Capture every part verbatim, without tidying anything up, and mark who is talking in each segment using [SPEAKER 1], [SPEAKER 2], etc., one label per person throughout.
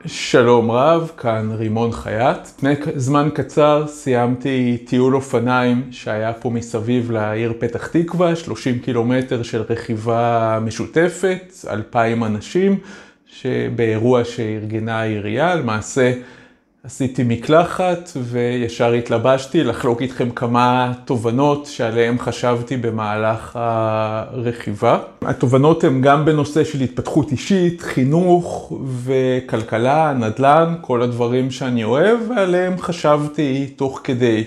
[SPEAKER 1] שלום רב, כאן רימון חייט. לפני זמן קצר סיימתי טיול אופניים שהיה פה מסביב לעיר פתח תקווה, שלושים קילומטר של רכיבה משותפת, אלפיים אנשים, שבאירוע שארגנה העירייה. למעשה עשיתי מקלחת וישר התלבשתי לחלוק איתכם כמה תובנות שעליהן חשבתי במהלך הרכיבה. התובנות הן גם בנושא של התפתחות אישית, חינוך וכלכלה, נדל"ן, כל הדברים שאני אוהב, ועליהם חשבתי תוך כדי.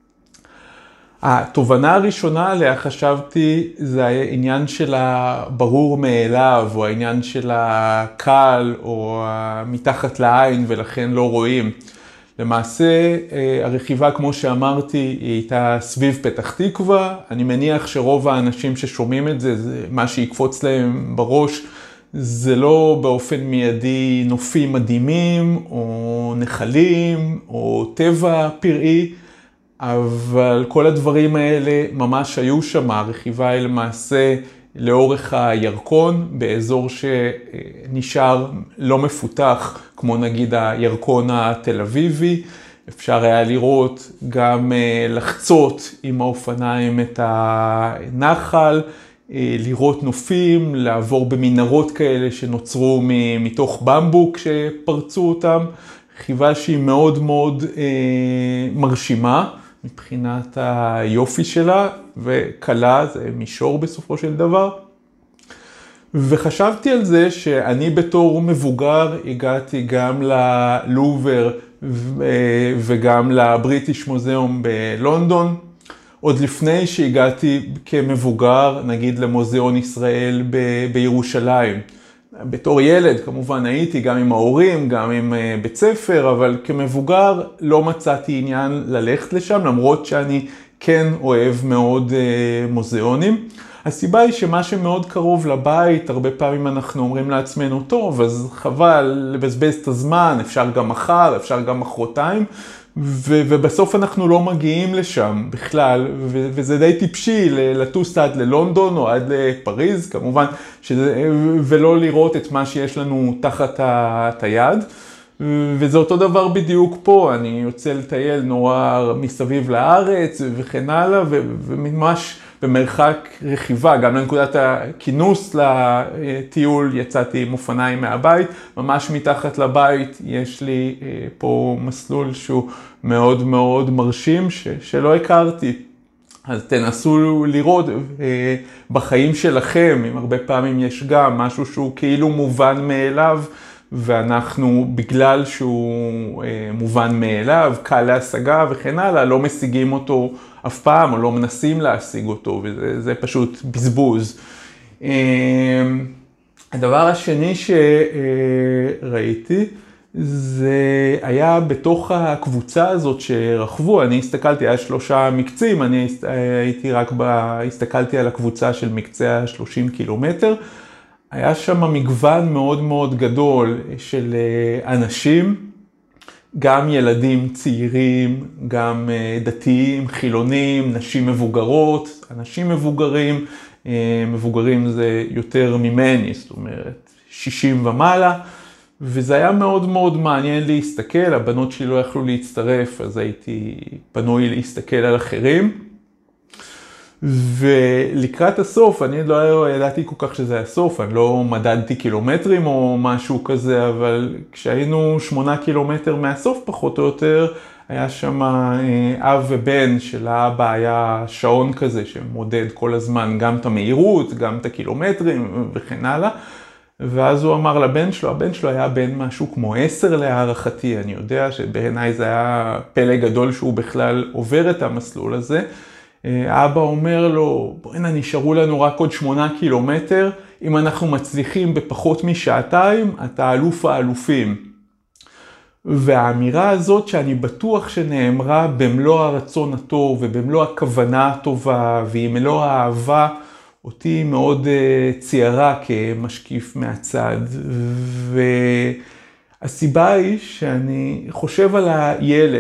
[SPEAKER 1] התובנה הראשונה עליה חשבתי זה העניין של הברור מאליו, או העניין של הקל או מתחת לעין ולכן לא רואים. למעשה הרכיבה, כמו שאמרתי, היא הייתה סביב פתח תקווה. אני מניח שרוב האנשים ששומעים את זה, זה מה שיקפוץ להם בראש, זה לא באופן מיידי נופים מדהימים או נחלים או טבע פראי, אבל כל הדברים האלה ממש היו שם. הרכיבה היא למעשה לאורך הירקון, באזור שנשאר לא מפותח, כמו נגיד הירקון התל אביבי. אפשר היה לראות גם לחצות עם האופניים את הנחל, לראות נופים, לעבור במנהרות כאלה שנוצרו מתוך במבוק שפרצו אותם. רכיבה שהיא מאוד מאוד מרשימה מבחינת היופי שלה, וקלה, זה מישור בסופו של דבר. וחשבתי על זה שאני בתור מבוגר הגעתי גם ללובר וגם לבריטיש מוזיאום בלונדון, עוד לפני שהגעתי כמבוגר, נגיד למוזיאון ישראל ב- בירושלים. בתור ילד כמובן הייתי גם עם ההורים, גם עם בית ספר, אבל כמבוגר לא מצאתי עניין ללכת לשם, למרות שאני כן אוהב מאוד מוזיאונים. הסיבה היא שמה שמאוד קרוב לבית, הרבה פעמים אנחנו אומרים לעצמנו, טוב, אז חבל לבזבז את הזמן, אפשר גם מחר, אפשר גם מחרתיים, ו- ובסוף אנחנו לא מגיעים לשם בכלל, ו- וזה די טיפשי לטוס עד ללונדון או עד לפריז, כמובן, שזה, ולא לראות את מה שיש לנו תחת את היד. וזה אותו דבר בדיוק פה, אני יוצא לטייל נורא מסביב לארץ וכן הלאה, ו- וממש במרחק רכיבה, גם לנקודת הכינוס לטיול יצאתי עם אופניים מהבית, ממש מתחת לבית יש לי פה מסלול שהוא מאוד מאוד מרשים ש- שלא הכרתי. אז תנסו לראות בחיים שלכם, אם הרבה פעמים יש גם משהו שהוא כאילו מובן מאליו, ואנחנו בגלל שהוא מובן מאליו, קל להשגה וכן הלאה, לא משיגים אותו אף פעם, או לא מנסים להשיג אותו, וזה זה פשוט בזבוז. הדבר השני שראיתי, זה היה בתוך הקבוצה הזאת שרכבו, אני הסתכלתי על שלושה מקצים, אני הייתי רק ב... הסתכלתי על הקבוצה של מקצה ה-שלושים קילומטר, היה שם מגוון מאוד מאוד גדול של אנשים, גם ילדים צעירים, גם דתיים, חילונים, נשים מבוגרות, אנשים מבוגרים, מבוגרים זה יותר ממני, זאת אומרת שישים ומעלה, וזה היה מאוד מאוד מעניין להסתכל. הבנות שלי לא יכלו להצטרף, אז הייתי פנוי להסתכל על אחרים. ולקראת הסוף, אני לא ידעתי כל כך שזה הסוף, אני לא מדדתי קילומטרים או משהו כזה, אבל כשהיינו שמונה קילומטר מהסוף פחות או יותר, היה שם אב ובן של האבא, היה שעון כזה שמודד כל הזמן גם את המהירות, גם את הקילומטרים וכן הלאה. ואז הוא אמר לבן שלו, הבן שלו היה בן משהו כמו עשר להערכתי, אני יודע שבעיניי זה היה פלא גדול שהוא בכלל עובר את המסלול הזה. האבא אומר לו, בוא'נה, נשארו לנו רק עוד שמונה קילומטר, אם אנחנו מצליחים בפחות משעתיים, אתה אלוף האלופים. והאמירה הזאת שאני בטוח שנאמרה במלוא הרצון הטוב ובמלוא הכוונה הטובה ועם מלוא האהבה, אותי מאוד ציירה כמשקיף מהצד. והסיבה היא שאני חושב על הילד,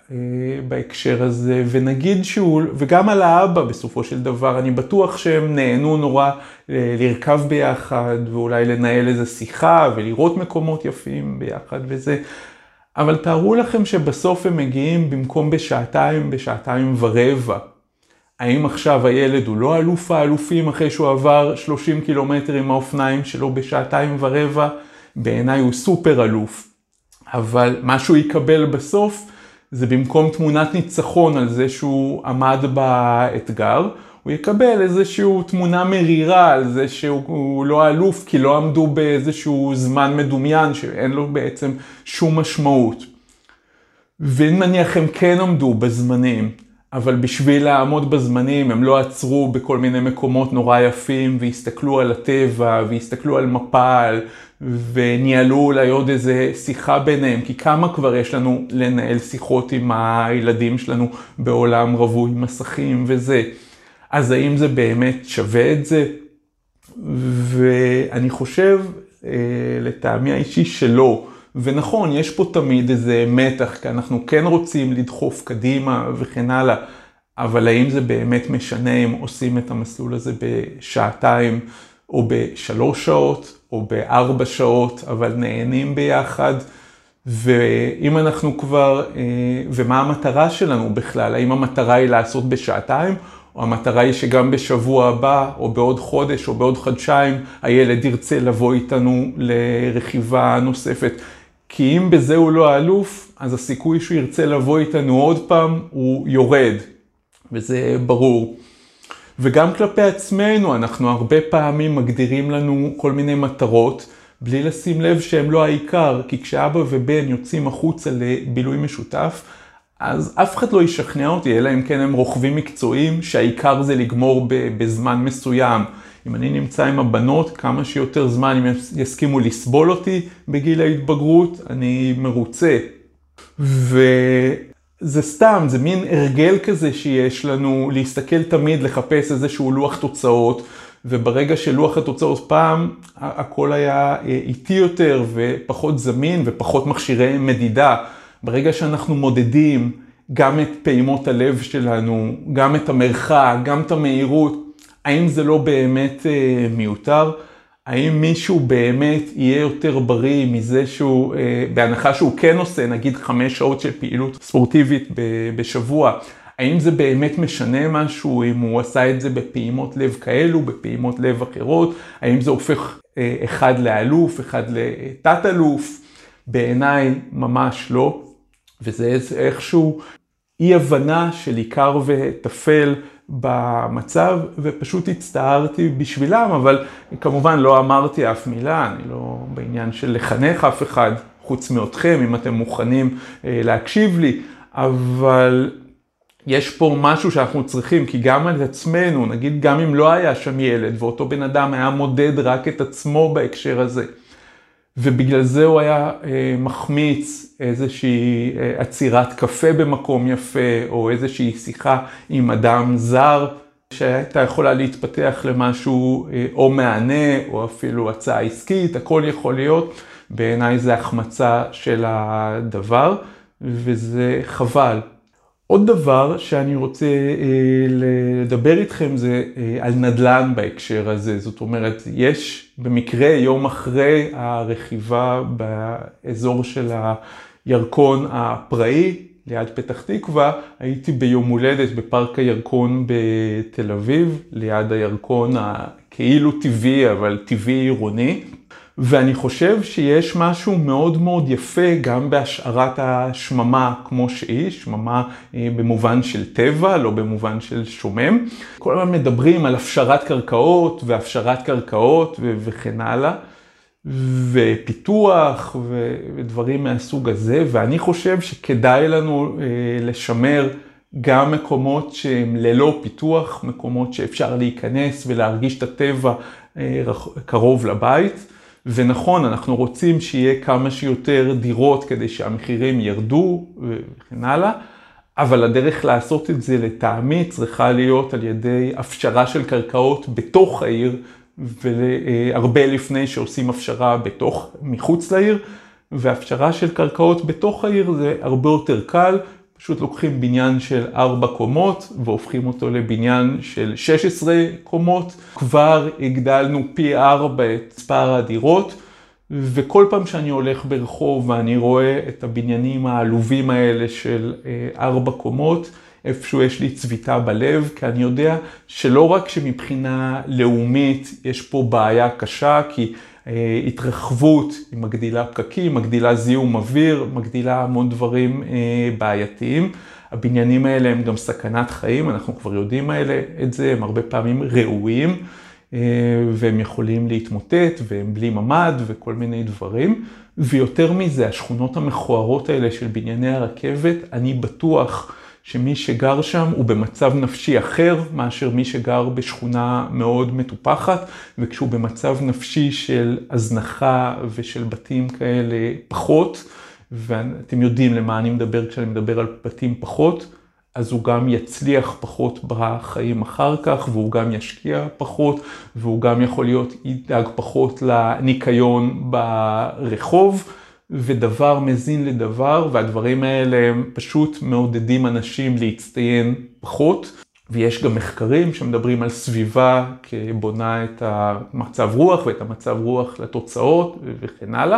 [SPEAKER 1] בהקשר הזה, ונגיד שהוא, וגם על האבא בסופו של דבר, אני בטוח שהם נהנו נורא לרכב ביחד, ואולי לנהל איזו שיחה, ולראות מקומות יפים ביחד וזה. אבל תארו לכם שבסוף הם מגיעים במקום בשעתיים, בשעתיים ורבע. האם עכשיו הילד הוא לא אלוף האלופים אחרי שהוא עבר שלושים קילומטר עם האופניים שלו בשעתיים ורבע? בעיניי הוא סופר אלוף. אבל מה שהוא יקבל בסוף זה במקום תמונת ניצחון על זה שהוא עמד באתגר, הוא יקבל איזושהי תמונה מרירה על זה שהוא לא אלוף כי לא עמדו באיזשהו זמן מדומיין שאין לו בעצם שום משמעות. ואם נניח הם כן עמדו בזמנים, אבל בשביל לעמוד בזמנים הם לא עצרו בכל מיני מקומות נורא יפים והסתכלו על הטבע והסתכלו על מפל וניהלו אולי עוד איזה שיחה ביניהם, כי כמה כבר יש לנו לנהל שיחות עם הילדים שלנו בעולם רווי מסכים וזה. אז האם זה באמת שווה את זה? ואני חושב לטעמי האישי שלא. ונכון, יש פה תמיד איזה מתח, כי אנחנו כן רוצים לדחוף קדימה וכן הלאה, אבל האם זה באמת משנה אם עושים את המסלול הזה בשעתיים, או בשלוש שעות, או בארבע שעות, אבל נהנים ביחד, ואם אנחנו כבר, ומה המטרה שלנו בכלל? האם המטרה היא לעשות בשעתיים, או המטרה היא שגם בשבוע הבא, או בעוד חודש, או בעוד חודשיים, הילד ירצה לבוא איתנו לרכיבה נוספת. כי אם בזה הוא לא האלוף, אז הסיכוי שהוא ירצה לבוא איתנו עוד פעם, הוא יורד. וזה ברור. וגם כלפי עצמנו, אנחנו הרבה פעמים מגדירים לנו כל מיני מטרות, בלי לשים לב שהם לא העיקר, כי כשאבא ובן יוצאים החוצה לבילוי משותף, אז אף אחד לא ישכנע אותי, אלא אם כן הם רוכבים מקצועיים, שהעיקר זה לגמור בזמן מסוים. אם אני נמצא עם הבנות, כמה שיותר זמן, אם הם יסכימו לסבול אותי בגיל ההתבגרות, אני מרוצה. וזה סתם, זה מין הרגל כזה שיש לנו, להסתכל תמיד, לחפש איזשהו לוח תוצאות, וברגע שלוח התוצאות פעם, הכל היה איטי יותר ופחות זמין ופחות מכשירי מדידה. ברגע שאנחנו מודדים גם את פעימות הלב שלנו, גם את המרחק, גם את המהירות, האם זה לא באמת אה, מיותר? האם מישהו באמת יהיה יותר בריא מזה שהוא, אה, בהנחה שהוא כן עושה, נגיד חמש שעות של פעילות ספורטיבית בשבוע, האם זה באמת משנה משהו אם הוא עשה את זה בפעימות לב כאלו, בפעימות לב אחרות? האם זה הופך אה, אחד לאלוף, אחד לתת אלוף? בעיניי ממש לא. וזה איכשהו אי הבנה של עיקר וטפל במצב, ופשוט הצטערתי בשבילם, אבל כמובן לא אמרתי אף מילה, אני לא בעניין של לחנך אף אחד, חוץ מאותכם, אם אתם מוכנים להקשיב לי, אבל יש פה משהו שאנחנו צריכים, כי גם על עצמנו, נגיד גם אם לא היה שם ילד, ואותו בן אדם היה מודד רק את עצמו בהקשר הזה, ובגלל זה הוא היה אה, מחמיץ איזושהי אה, עצירת קפה במקום יפה, או איזושהי שיחה עם אדם זר, שהייתה יכולה להתפתח למשהו אה, או מענה, או אפילו הצעה עסקית, הכל יכול להיות. בעיניי זה החמצה של הדבר, וזה חבל. עוד דבר שאני רוצה אה, לדבר איתכם זה אה, על נדל"ן בהקשר הזה. זאת אומרת, יש במקרה יום אחרי הרכיבה באזור של הירקון הפראי, ליד פתח תקווה, הייתי ביום הולדת בפארק הירקון בתל אביב, ליד הירקון הכאילו טבעי, אבל טבעי עירוני. ואני חושב שיש משהו מאוד מאוד יפה גם בהשארת השממה כמו שהיא, שממה במובן של טבע, לא במובן של שומם. כל הזמן מדברים על הפשרת קרקעות והפשרת קרקעות וכן הלאה, ופיתוח ודברים מהסוג הזה, ואני חושב שכדאי לנו לשמר גם מקומות שהם ללא פיתוח, מקומות שאפשר להיכנס ולהרגיש את הטבע קרוב לבית. ונכון, אנחנו רוצים שיהיה כמה שיותר דירות כדי שהמחירים ירדו וכן הלאה, אבל הדרך לעשות את זה לטעמי צריכה להיות על ידי הפשרה של קרקעות בתוך העיר, והרבה לפני שעושים הפשרה בתוך, מחוץ לעיר, והפשרה של קרקעות בתוך העיר זה הרבה יותר קל, פשוט לוקחים בניין של ארבע קומות והופכים אותו לבניין של שש עשרה קומות. כבר הגדלנו פי ארבע את מספר הדירות, וכל פעם שאני הולך ברחוב ואני רואה את הבניינים העלובים האלה של ארבע קומות, איפשהו יש לי צביטה בלב, כי אני יודע שלא רק שמבחינה לאומית יש פה בעיה קשה, כי אה, התרחבות היא מגדילה פקקים, מגדילה זיהום אוויר, מגדילה המון דברים אה, בעייתיים. הבניינים האלה הם גם סכנת חיים, אנחנו כבר יודעים האלה, את זה, הם הרבה פעמים ראויים, אה, והם יכולים להתמוטט, והם בלי ממד וכל מיני דברים. ויותר מזה, השכונות המכוערות האלה של בנייני הרכבת, אני בטוח שמי שגר שם הוא במצב נפשי אחר מאשר מי שגר בשכונה מאוד מטופחת, וכשהוא במצב נפשי של הזנחה ושל בתים כאלה פחות, ואתם יודעים למה אני מדבר כשאני מדבר על בתים פחות, אז הוא גם יצליח פחות בחיים אחר כך, והוא גם ישקיע פחות, והוא גם יכול להיות ידאג פחות לניקיון ברחוב, ודבר מזין לדבר, והדברים האלה הם פשוט מעודדים אנשים להצטיין פחות. ויש גם מחקרים שמדברים על סביבה כבונה את המצב רוח ואת המצב רוח לתוצאות וכן הלאה.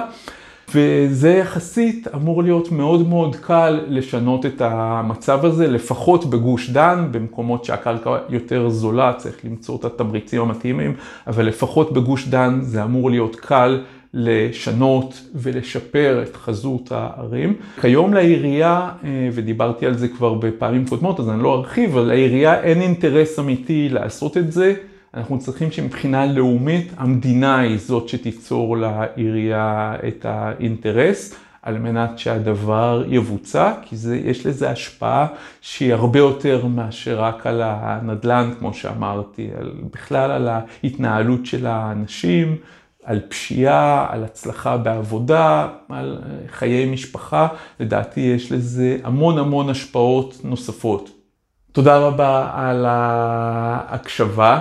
[SPEAKER 1] וזה יחסית אמור להיות מאוד מאוד קל לשנות את המצב הזה, לפחות בגוש דן, במקומות שהקרקע יותר זולה, צריך למצוא את התמריצים המתאימים, אבל לפחות בגוש דן זה אמור להיות קל לשנות ולשפר את חזות הערים. כיום לעירייה, ודיברתי על זה כבר בפעמים קודמות, אז אני לא ארחיב, אבל לעירייה אין אינטרס אמיתי לעשות את זה. אנחנו צריכים שמבחינה לאומית, המדינה היא זאת שתיצור לעירייה את האינטרס, על מנת שהדבר יבוצע, כי זה, יש לזה השפעה שהיא הרבה יותר מאשר רק על הנדל"ן, כמו שאמרתי, על, בכלל על ההתנהלות של האנשים, על פשיעה, על הצלחה בעבודה, על חיי משפחה. לדעתי יש לזה המון המון השפעות נוספות. תודה רבה על ההקשבה.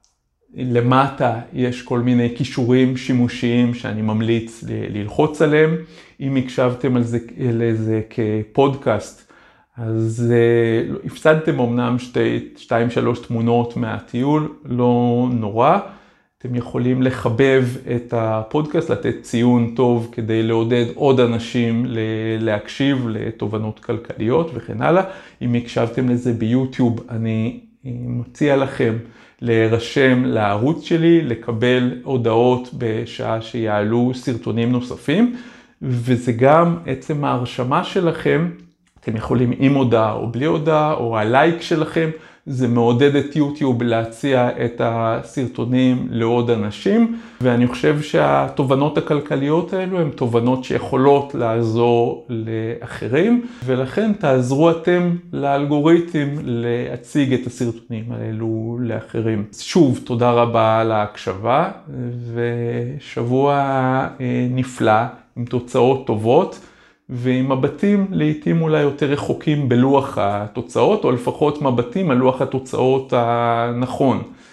[SPEAKER 1] למטה יש כל מיני קישורים שימושיים שאני ממליץ ללחוץ עליהם. אם הקשבתם על זה, לזה כפודקאסט, אז הפסדתם אמנם שתי, שתיים, שלוש תמונות מהטיול, לא נורא. אתם יכולים לחבב את הפודקאסט, לתת ציון טוב כדי לעודד עוד אנשים להקשיב לתובנות כלכליות וכן הלאה. אם הקשבתם לזה ביוטיוב, אני מציע לכם להירשם לערוץ שלי, לקבל הודעות בשעה שיעלו סרטונים נוספים, וזה גם עצם ההרשמה שלכם, אתם יכולים עם הודעה או בלי הודעה, או הלייק שלכם, זה מעודד את יוטיוב להציע את הסרטונים לעוד אנשים, ואני חושב שהתובנות הכלכליות האלו הן תובנות שיכולות לעזור לאחרים, ולכן תעזרו אתם לאלגוריתם להציג את הסרטונים האלו לאחרים. שוב, תודה רבה על ההקשבה, ושבוע נפלא עם תוצאות טובות, ועם מבטים לעתים אולי יותר רחוקים בלוח התוצאות, או לפחות מבטים על לוח התוצאות הנכון.